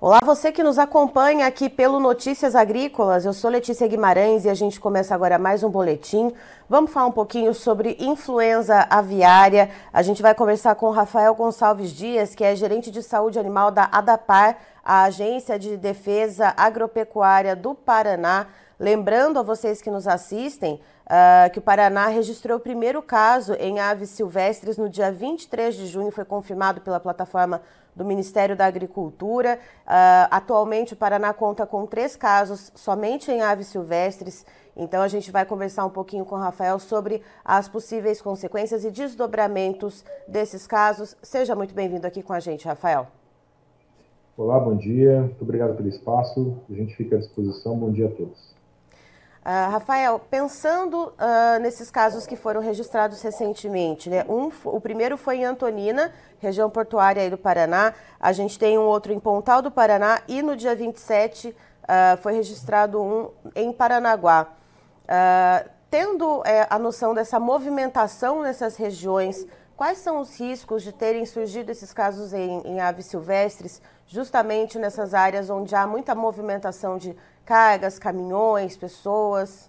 Olá, você que nos acompanha aqui pelo Notícias Agrícolas. Eu sou Letícia Guimarães e a gente começa agora mais um boletim. Vamos falar um pouquinho sobre influenza aviária. A gente vai conversar com o Rafael Gonçalves Dias, que é gerente de saúde animal da ADAPAR, a Agência de Defesa Agropecuária do Paraná. Lembrando a vocês que nos assistem que o Paraná registrou o primeiro caso em aves silvestres no dia 23 de junho, foi confirmado pela plataforma do Ministério da Agricultura. Atualmente o Paraná conta com 3 casos somente em aves silvestres, então a gente vai conversar um pouquinho com o Rafael sobre as possíveis consequências e desdobramentos desses casos. Seja muito bem-vindo aqui com a gente, Rafael. Olá, bom dia, muito obrigado pelo espaço, a gente fica à disposição, bom dia a todos. Rafael, pensando nesses casos que foram registrados recentemente, né? O primeiro foi em Antonina, região portuária aí do Paraná. A gente tem um outro em Pontal do Paraná e no dia 27 foi registrado um em Paranaguá. Tendo a noção dessa movimentação nessas regiões, quais são os riscos de terem surgido esses casos em aves silvestres, justamente nessas áreas onde há muita movimentação de cargas, caminhões, pessoas?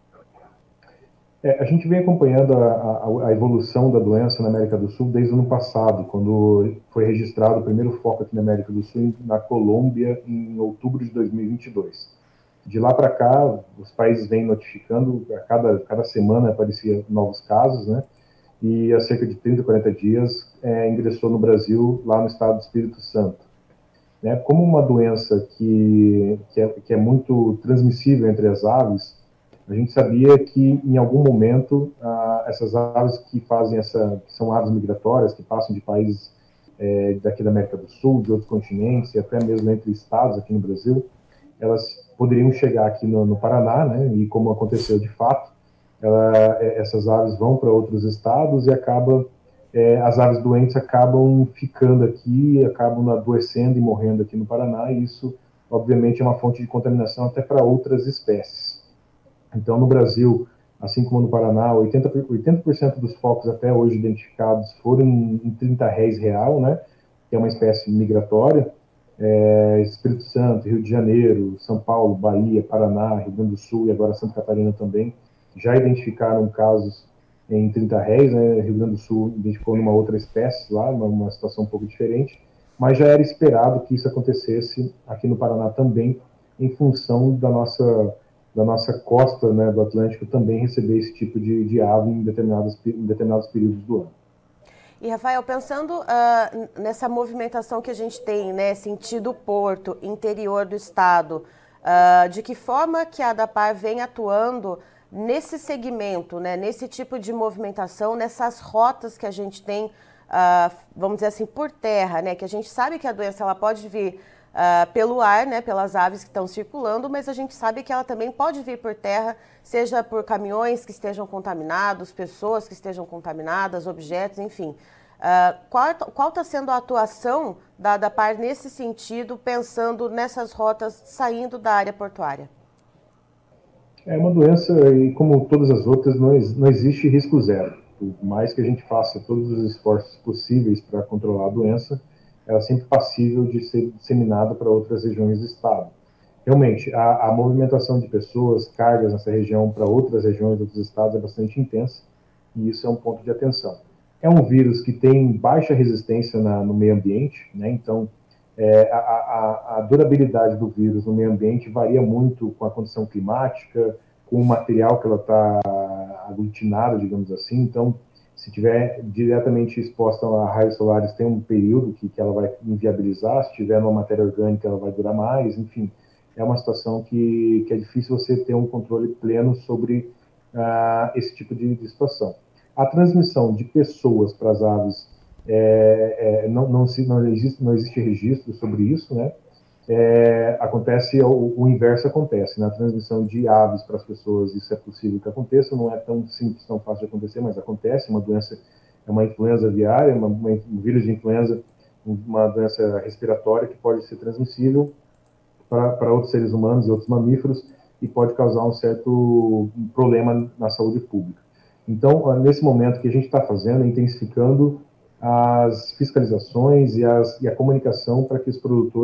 A gente vem acompanhando a evolução da doença na América do Sul desde o ano passado, quando foi registrado o primeiro foco aqui na América do Sul, na Colômbia, em outubro de 2022. De lá para cá, os países vêm notificando, a cada semana apareciam novos casos, né? E há cerca de 30, 40 dias ingressou no Brasil, lá no estado do Espírito Santo. Né? Como uma doença que é muito transmissível entre as aves, a gente sabia que em algum momento essas aves que são aves migratórias, que passam de países daqui da América do Sul, de outros continentes e até mesmo entre estados aqui no Brasil, elas poderiam chegar aqui no Paraná, né? E como aconteceu de fato, essas aves vão para outros estados e as aves doentes acabam ficando aqui, acabam adoecendo e morrendo aqui no Paraná, e isso, obviamente, é uma fonte de contaminação até para outras espécies. Então, no Brasil, assim como no Paraná, 80% dos focos até hoje identificados foram em 30 réis real, né, que é uma espécie migratória. Espírito Santo, Rio de Janeiro, São Paulo, Bahia, Paraná, Rio Grande do Sul e agora Santa Catarina também já identificaram casos em 30 réis, né? Rio Grande do Sul identificou numa outra espécie lá, uma situação um pouco diferente, mas já era esperado que isso acontecesse aqui no Paraná também, em função da nossa costa, né, do Atlântico também receber esse tipo de ave em determinados períodos do ano. E, Rafael, pensando nessa movimentação que a gente tem, né, sentido porto, interior do estado, de que forma que a ADAPAR vem atuando nesse segmento, né, nesse tipo de movimentação, nessas rotas que a gente tem, vamos dizer assim, por terra, né, que a gente sabe que a doença ela pode vir pelo ar, né, pelas aves que estão circulando, mas a gente sabe que ela também pode vir por terra, seja por caminhões que estejam contaminados, pessoas que estejam contaminadas, objetos, enfim. Qual está sendo a atuação da ADAPAR nesse sentido, pensando nessas rotas saindo da área portuária? É uma doença, e como todas as outras, não existe risco zero. Por mais que a gente faça todos os esforços possíveis para controlar a doença, ela é sempre passível de ser disseminada para outras regiões do estado. Realmente, a movimentação de pessoas, cargas nessa região para outras regiões, outros estados, é bastante intensa, e isso é um ponto de atenção. É um vírus que tem baixa resistência no meio ambiente, né? Então, a durabilidade do vírus no meio ambiente varia muito com a condição climática, com o material que ela está aglutinada, digamos assim. Então, se estiver diretamente exposta a raios solares, tem um período que ela vai inviabilizar. Se estiver numa matéria orgânica, ela vai durar mais. Enfim, é uma situação que é difícil você ter um controle pleno sobre esse tipo de situação. A transmissão de pessoas para as aves não existe registro sobre isso, né? O inverso acontece, na transmissão de aves para as pessoas, isso é possível que aconteça, não é tão simples, tão fácil de acontecer, mas acontece. Uma doença é uma influenza aviária, um vírus de influenza, uma doença respiratória que pode ser transmissível para outros seres humanos e outros mamíferos e pode causar um certo problema na saúde pública. Então, nesse momento, o que a gente está fazendo é intensificando as fiscalizações e a comunicação para que os produtores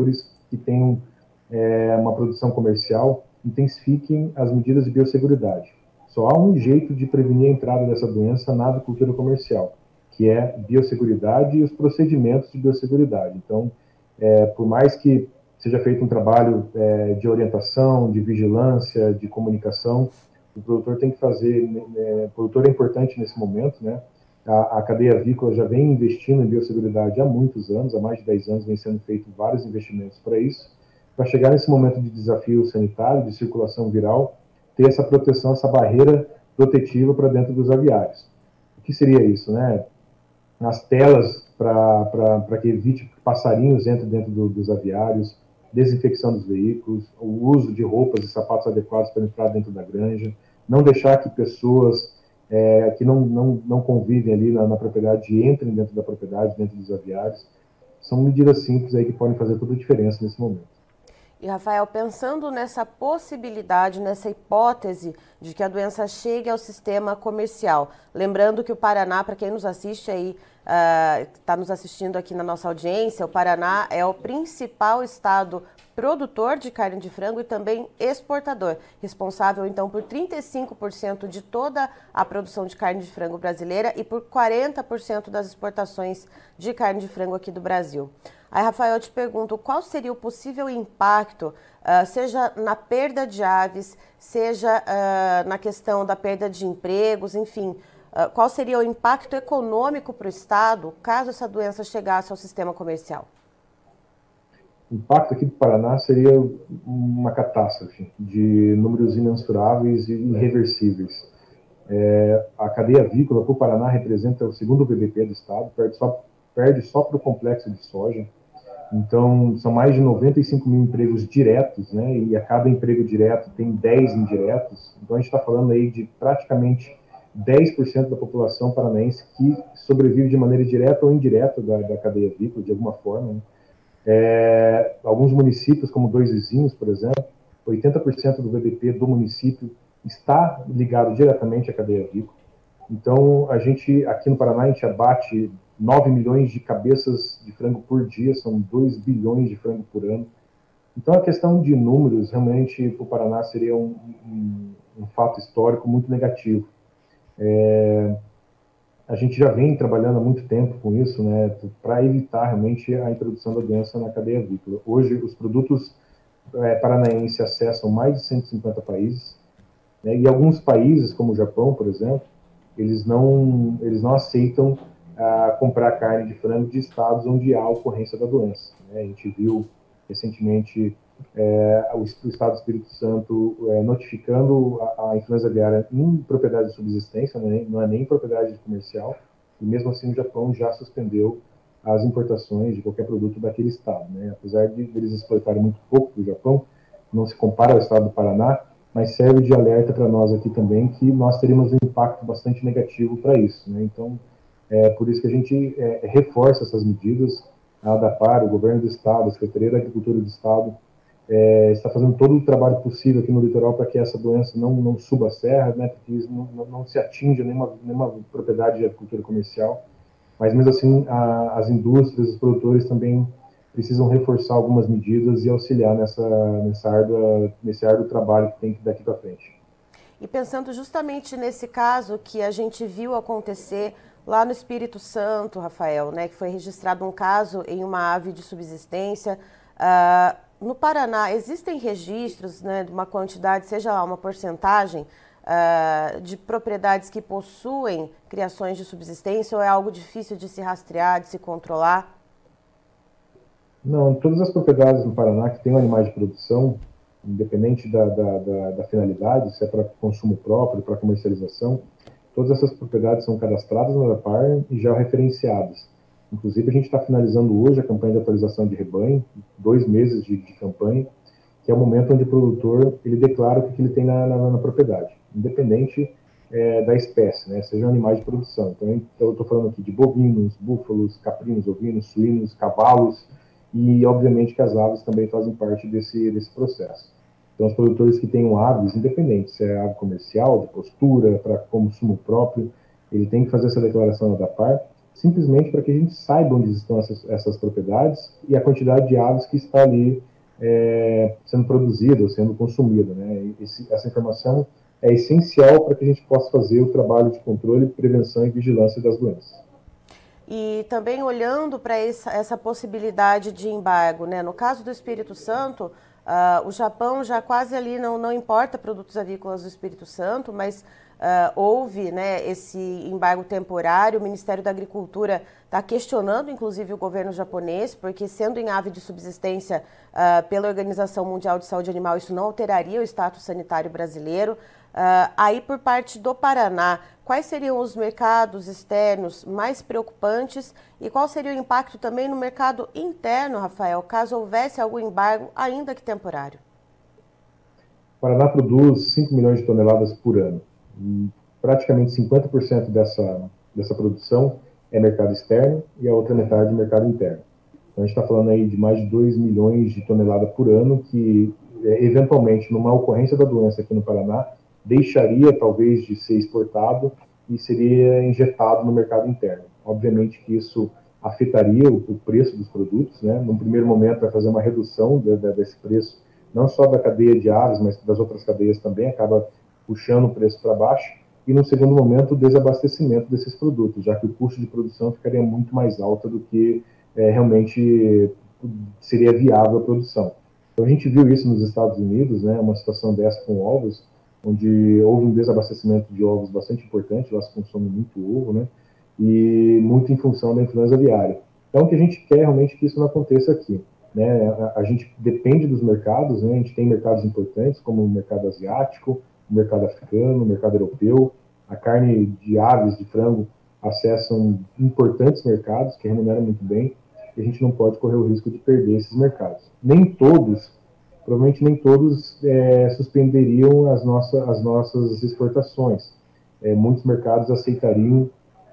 que tenham uma produção comercial intensifiquem as medidas de biosseguridade. Só há um jeito de prevenir a entrada dessa doença na avicultura comercial, que é biosseguridade e os procedimentos de biosseguridade. Então, por mais que seja feito um trabalho de orientação, de vigilância, de comunicação, o produtor tem que fazer, o produtor é importante nesse momento, né? A cadeia avícola já vem investindo em biosseguridade há muitos anos, há mais de 10 anos vem sendo feito vários investimentos para isso, para chegar nesse momento de desafio sanitário, de circulação viral, ter essa proteção, essa barreira protetiva para dentro dos aviários. O que seria isso, né? As telas para que evite que passarinhos entrem dentro dos aviários, desinfecção dos veículos, o uso de roupas e sapatos adequados para entrar dentro da granja, não deixar que pessoas que não convivem ali na propriedade entrem dentro da propriedade, dentro dos aviários. São medidas simples aí que podem fazer toda a diferença nesse momento. E, Rafael, pensando nessa possibilidade, nessa hipótese de que a doença chegue ao sistema comercial, lembrando que o Paraná, para quem nos assiste aí, está nos assistindo aqui na nossa audiência, o Paraná é o principal estado produtor de carne de frango e também exportador, responsável então por 35% de toda a produção de carne de frango brasileira e por 40% das exportações de carne de frango aqui do Brasil. Aí, Rafael, eu te pergunto, qual seria o possível impacto, seja na perda de aves, seja na questão da perda de empregos, enfim, qual seria o impacto econômico para o Estado caso essa doença chegasse ao sistema comercial? O impacto aqui do Paraná seria uma catástrofe de números imensuráveis e irreversíveis. A cadeia avícola para o Paraná representa o segundo BBP do Estado, perde só para o complexo de soja. Então, são mais de 95 mil empregos diretos, né? E a cada emprego direto tem 10 indiretos. Então, a gente está falando aí de praticamente 10% da população paranaense que sobrevive de maneira direta ou indireta da cadeia avícola, de alguma forma, né? Alguns municípios, como Dois Vizinhos, por exemplo, 80% do BDP do município está ligado diretamente à cadeia avícola. Então, a gente, aqui no Paraná, a gente abate 9 milhões de cabeças de frango por dia, são 2 bilhões de frango por ano. Então, a questão de números, realmente, para o Paraná, seria um fato histórico muito negativo. A gente já vem trabalhando há muito tempo com isso, né, para evitar realmente a introdução da doença na cadeia avícola. Hoje, os produtos paranaenses acessam mais de 150 países, né, e alguns países, como o Japão, por exemplo, eles não aceitam comprar carne de frango de estados onde há ocorrência da doença, né? A gente viu recentemente o estado do Espírito Santo notificando a influenza aviária em propriedade de subsistência, né? Não é nem propriedade comercial, e mesmo assim o Japão já suspendeu as importações de qualquer produto daquele estado, né? Apesar de eles exportarem muito pouco do Japão, não se compara ao estado do Paraná, mas serve de alerta para nós aqui também que nós teríamos um impacto bastante negativo para isso, né? Então, por isso que a gente reforça essas medidas. A ADAPAR, o governo do estado, a Secretaria da Agricultura do estado, está fazendo todo o trabalho possível aqui no litoral para que essa doença não suba a serra, né, porque não se atinja nenhuma propriedade de agricultura comercial. Mas mesmo assim, as indústrias, os produtores também precisam reforçar algumas medidas e auxiliar nesse árduo trabalho que tem daqui para frente. E pensando justamente nesse caso que a gente viu acontecer lá no Espírito Santo, Rafael, né, que foi registrado um caso em uma ave de subsistência. No Paraná, existem registros, né, de uma quantidade, seja lá uma porcentagem, de propriedades que possuem criações de subsistência, ou é algo difícil de se rastrear, de se controlar? Não, todas as propriedades no Paraná que têm animais de produção, independente da finalidade, se é para consumo próprio, para comercialização, todas essas propriedades são cadastradas na ADAPAR e já referenciadas. Inclusive, a gente está finalizando hoje a campanha de atualização de rebanho, 2 meses de campanha, que é o momento onde o produtor ele declara o que ele tem na propriedade, independente da espécie, né, sejam animais de produção. Então, eu estou falando aqui de bovinos, búfalos, caprinos, ovinos, suínos, cavalos, e, obviamente, que as aves também fazem parte desse processo. Então, os produtores que tenham aves, independente se é ave comercial, de postura, para consumo próprio, ele tem que fazer essa declaração na ADAPAR, simplesmente para que a gente saiba onde estão essas propriedades e a quantidade de aves que está ali sendo produzida ou sendo consumida, né? Essa informação é essencial para que a gente possa fazer o trabalho de controle, prevenção e vigilância das doenças. E também olhando para essa possibilidade de embargo, né? No caso do Espírito Santo, o Japão já quase ali não importa produtos avícolas do Espírito Santo, mas houve, né, esse embargo temporário. O Ministério da Agricultura está questionando, inclusive, o governo japonês, porque sendo em ave de subsistência pela Organização Mundial de Saúde Animal, isso não alteraria o status sanitário brasileiro. Aí, por parte do Paraná, quais seriam os mercados externos mais preocupantes e qual seria o impacto também no mercado interno, Rafael, caso houvesse algum embargo, ainda que temporário? O Paraná produz 5 milhões de toneladas por ano. E praticamente 50% dessa produção é mercado externo e a outra metade é mercado interno. Então a gente está falando aí de mais de 2 milhões de toneladas por ano que, eventualmente, numa ocorrência da doença aqui no Paraná, deixaria talvez de ser exportado e seria injetado no mercado interno. Obviamente que isso afetaria o preço dos produtos, né? Num primeiro momento vai fazer uma redução desse preço, não só da cadeia de aves, mas das outras cadeias também, acaba puxando o preço para baixo, e no segundo momento o desabastecimento desses produtos, já que o custo de produção ficaria muito mais alto do que realmente seria viável a produção. Então a gente viu isso nos Estados Unidos, né, uma situação dessa com ovos, onde houve um desabastecimento de ovos bastante importante, lá se consome muito ovo, né, e muito em função da influenza aviária. Então o que a gente quer realmente é que isso não aconteça aqui. Né? A gente depende dos mercados, né? A gente tem mercados importantes, como o mercado asiático, o mercado africano, o mercado europeu. A carne de aves, de frango, acessam importantes mercados que remuneram muito bem, e a gente não pode correr o risco de perder esses mercados. Nem todos, provavelmente nem todos suspenderiam as nossas exportações. Muitos mercados aceitariam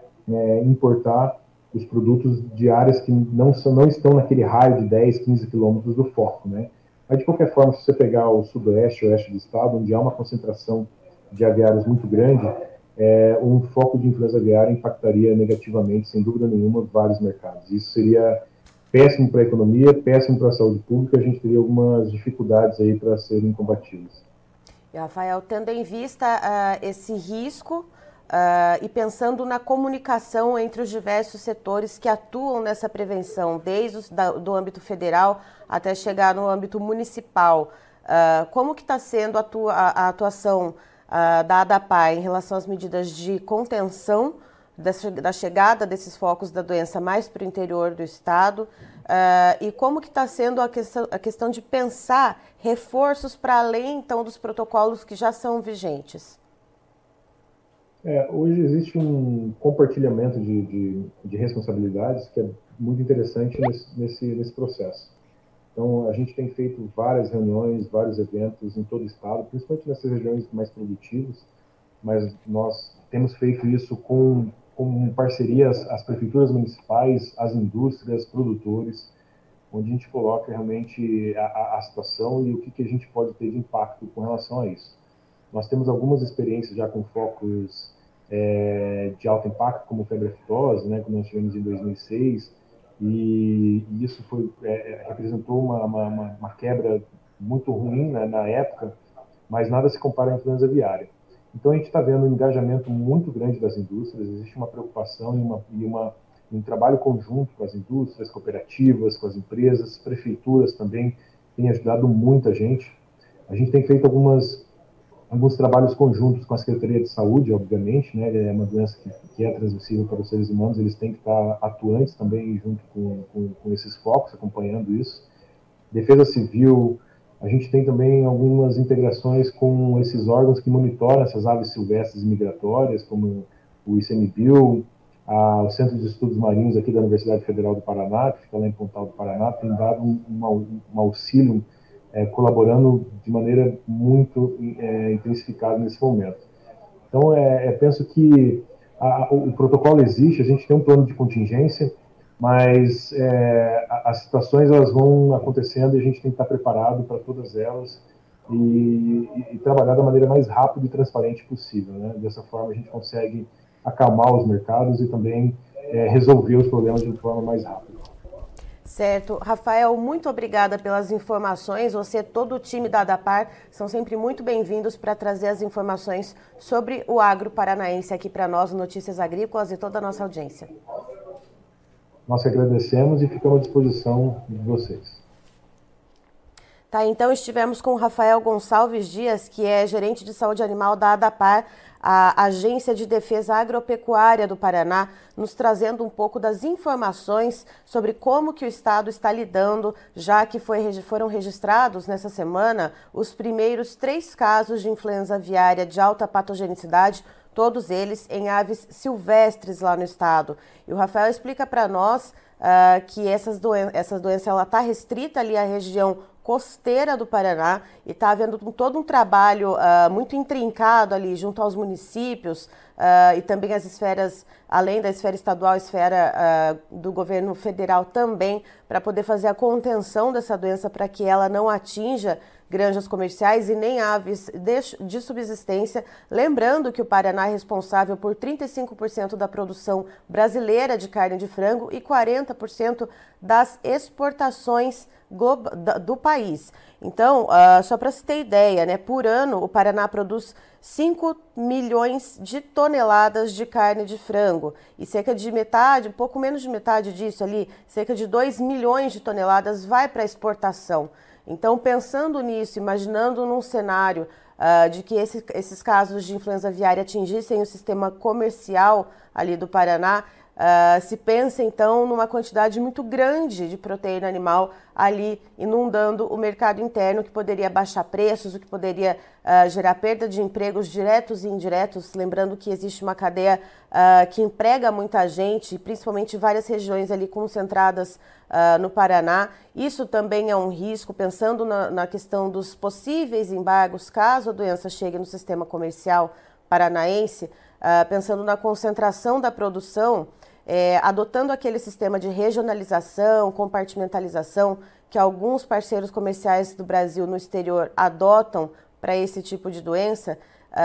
importar os produtos de áreas que não estão naquele raio de 10, 15 quilômetros do foco, né? Mas, de qualquer forma, se você pegar o sudoeste e oeste do estado, onde há uma concentração de aviários muito grande, um foco de influenza aviária impactaria negativamente, sem dúvida nenhuma, vários mercados. Isso seria péssimo para a economia, péssimo para a saúde pública, a gente teria algumas dificuldades aí para serem combatidas. E, Rafael, tendo em vista esse risco e pensando na comunicação entre os diversos setores que atuam nessa prevenção, desde do âmbito federal até chegar no âmbito municipal, como que está sendo a atuação da ADAPAR em relação às medidas de contenção da chegada desses focos da doença mais para o interior do estado, e como que está sendo a questão de pensar reforços para além, então, dos protocolos que já são vigentes? Hoje existe um compartilhamento de responsabilidades que é muito interessante nesse processo. Então, a gente tem feito várias reuniões, vários eventos em todo o estado, principalmente nessas regiões mais produtivas, mas nós temos feito isso com parcerias às prefeituras municipais, às indústrias, produtores, onde a gente coloca realmente a situação e o que a gente pode ter de impacto com relação a isso. Nós temos algumas experiências já com focos de alto impacto, como febre aftosa, né, como nós tivemos em 2006, e isso representou uma quebra muito ruim, né, na época, mas nada se compara à influenza aviária. Então a gente está vendo um engajamento muito grande das indústrias, existe uma preocupação e um trabalho conjunto com as indústrias, cooperativas, com as empresas, prefeituras também têm ajudado muito a gente. A gente tem feito alguns trabalhos conjuntos com a Secretaria de Saúde, obviamente, né? É uma doença que é transmissível para os seres humanos, eles têm que estar atuantes também junto com esses focos, acompanhando isso. Defesa Civil, a gente tem também algumas integrações com esses órgãos que monitoram essas aves silvestres e migratórias, como o ICMBio, o Centro de Estudos Marinhos aqui da Universidade Federal do Paraná, que fica lá em Pontal do Paraná, tem dado um auxílio colaborando de maneira muito intensificada nesse momento. Então, penso que o protocolo existe, a gente tem um plano de contingência, mas as situações elas vão acontecendo e a gente tem que estar preparado para todas elas e trabalhar da maneira mais rápida e transparente possível, né? Dessa forma, a gente consegue acalmar os mercados e também resolver os problemas de forma mais rápida. Certo. Rafael, muito obrigada pelas informações. Você e todo o time da ADAPAR são sempre muito bem-vindos para trazer as informações sobre o agro paranaense aqui para nós, Notícias Agrícolas e toda a nossa audiência. Nós agradecemos e ficamos à disposição de vocês. Tá, então estivemos com o Rafael Gonçalves Dias, que é gerente de saúde animal da ADAPAR, a Agência de Defesa Agropecuária do Paraná, nos trazendo um pouco das informações sobre como que o estado está lidando, já que foram registrados nessa semana os primeiros 3 casos de influenza aviária de alta patogenicidade, todos eles em aves silvestres lá no estado. E o Rafael explica para nós que essa doença está restrita ali à região costeira do Paraná e está havendo todo um trabalho muito intrincado ali junto aos municípios e também as esferas, além da esfera estadual, a esfera do governo federal também, para poder fazer a contenção dessa doença para que ela não atinja granjas comerciais e nem aves de subsistência. Lembrando que o Paraná é responsável por 35% da produção brasileira de carne de frango e 40% das exportações do país. Então, só para se ter ideia, né, por ano o Paraná produz 5 milhões de toneladas de carne de frango e cerca de metade, um pouco menos de metade disso ali, cerca de 2 milhões de toneladas vai para exportação. Então, pensando nisso, imaginando num cenário de que esses casos de influenza aviária atingissem o sistema comercial ali do Paraná, se pensa então numa quantidade muito grande de proteína animal ali inundando o mercado interno, que poderia baixar preços, o que poderia gerar perda de empregos diretos e indiretos, lembrando que existe uma cadeia que emprega muita gente, principalmente várias regiões ali concentradas no Paraná. Isso também é um risco, pensando na questão dos possíveis embargos, caso a doença chegue no sistema comercial paranaense, pensando na concentração da produção, adotando aquele sistema de regionalização, compartimentalização que alguns parceiros comerciais do Brasil no exterior adotam para esse tipo de doença,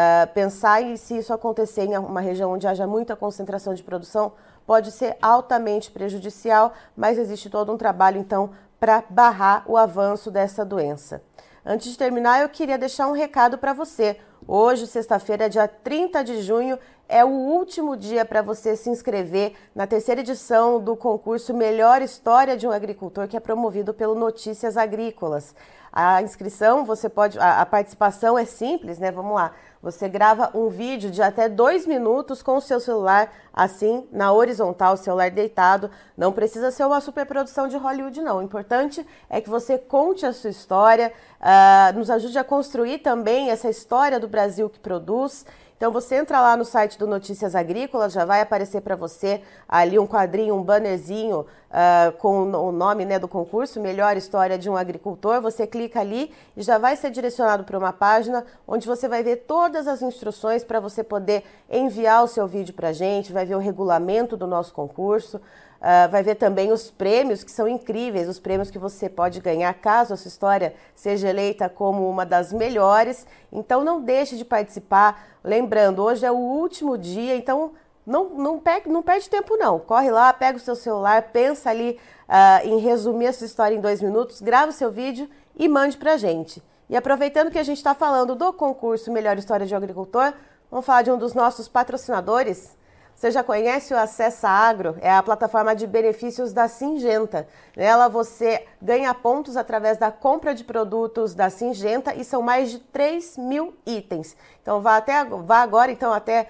pensar em se isso acontecer em uma região onde haja muita concentração de produção pode ser altamente prejudicial, mas existe todo um trabalho então para barrar o avanço dessa doença. Antes de terminar, eu queria deixar um recado para você. Hoje, sexta-feira, dia 30 de junho, é o último dia para você se inscrever na 3ª edição do concurso Melhor História de um Agricultor, que é promovido pelo Notícias Agrícolas. A inscrição, a participação é simples, né? Vamos lá. Você grava um vídeo de até 2 minutos com o seu celular, assim, na horizontal, celular deitado. Não precisa ser uma superprodução de Hollywood, não. O importante é que você conte a sua história, nos ajude a construir também essa história do Brasil que produz. Então você entra lá no site do Notícias Agrícolas, já vai aparecer para você ali um quadrinho, um bannerzinho com o nome, né, do concurso, Melhor História de um Agricultor. Você clica ali e já vai ser direcionado para uma página onde você vai ver todas as instruções para você poder enviar o seu vídeo para a gente, vai ver o regulamento do nosso concurso, vai ver também os prêmios, que são incríveis, os prêmios que você pode ganhar caso a sua história seja eleita como uma das melhores. Então não deixe de participar. Lembrando, hoje é o último dia, então não perde tempo não. Corre lá, pega o seu celular, pensa ali em resumir a sua história em 2 minutos, grava o seu vídeo e mande pra gente. E aproveitando que a gente está falando do concurso Melhor História de um Agricultor, vamos falar de um dos nossos patrocinadores. Você já conhece o Acessa Agro? É a plataforma de benefícios da Syngenta. Nela você ganha pontos através da compra de produtos da Syngenta e são mais de 3.000 itens. Então vá agora então até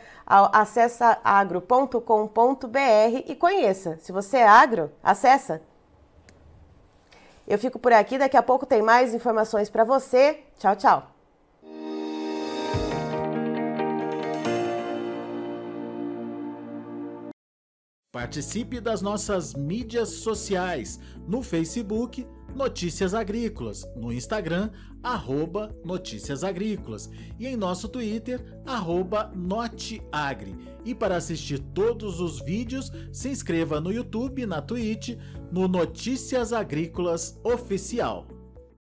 acessaagro.com.br e conheça. Se você é agro, acessa. Eu fico por aqui, daqui a pouco tem mais informações para você. Tchau, tchau. Participe das nossas mídias sociais, no Facebook, Notícias Agrícolas, no Instagram, @Notícias Agrícolas e em nosso Twitter, @Noteagri. E para assistir todos os vídeos, se inscreva no YouTube, na Twitch, no Notícias Agrícolas Oficial.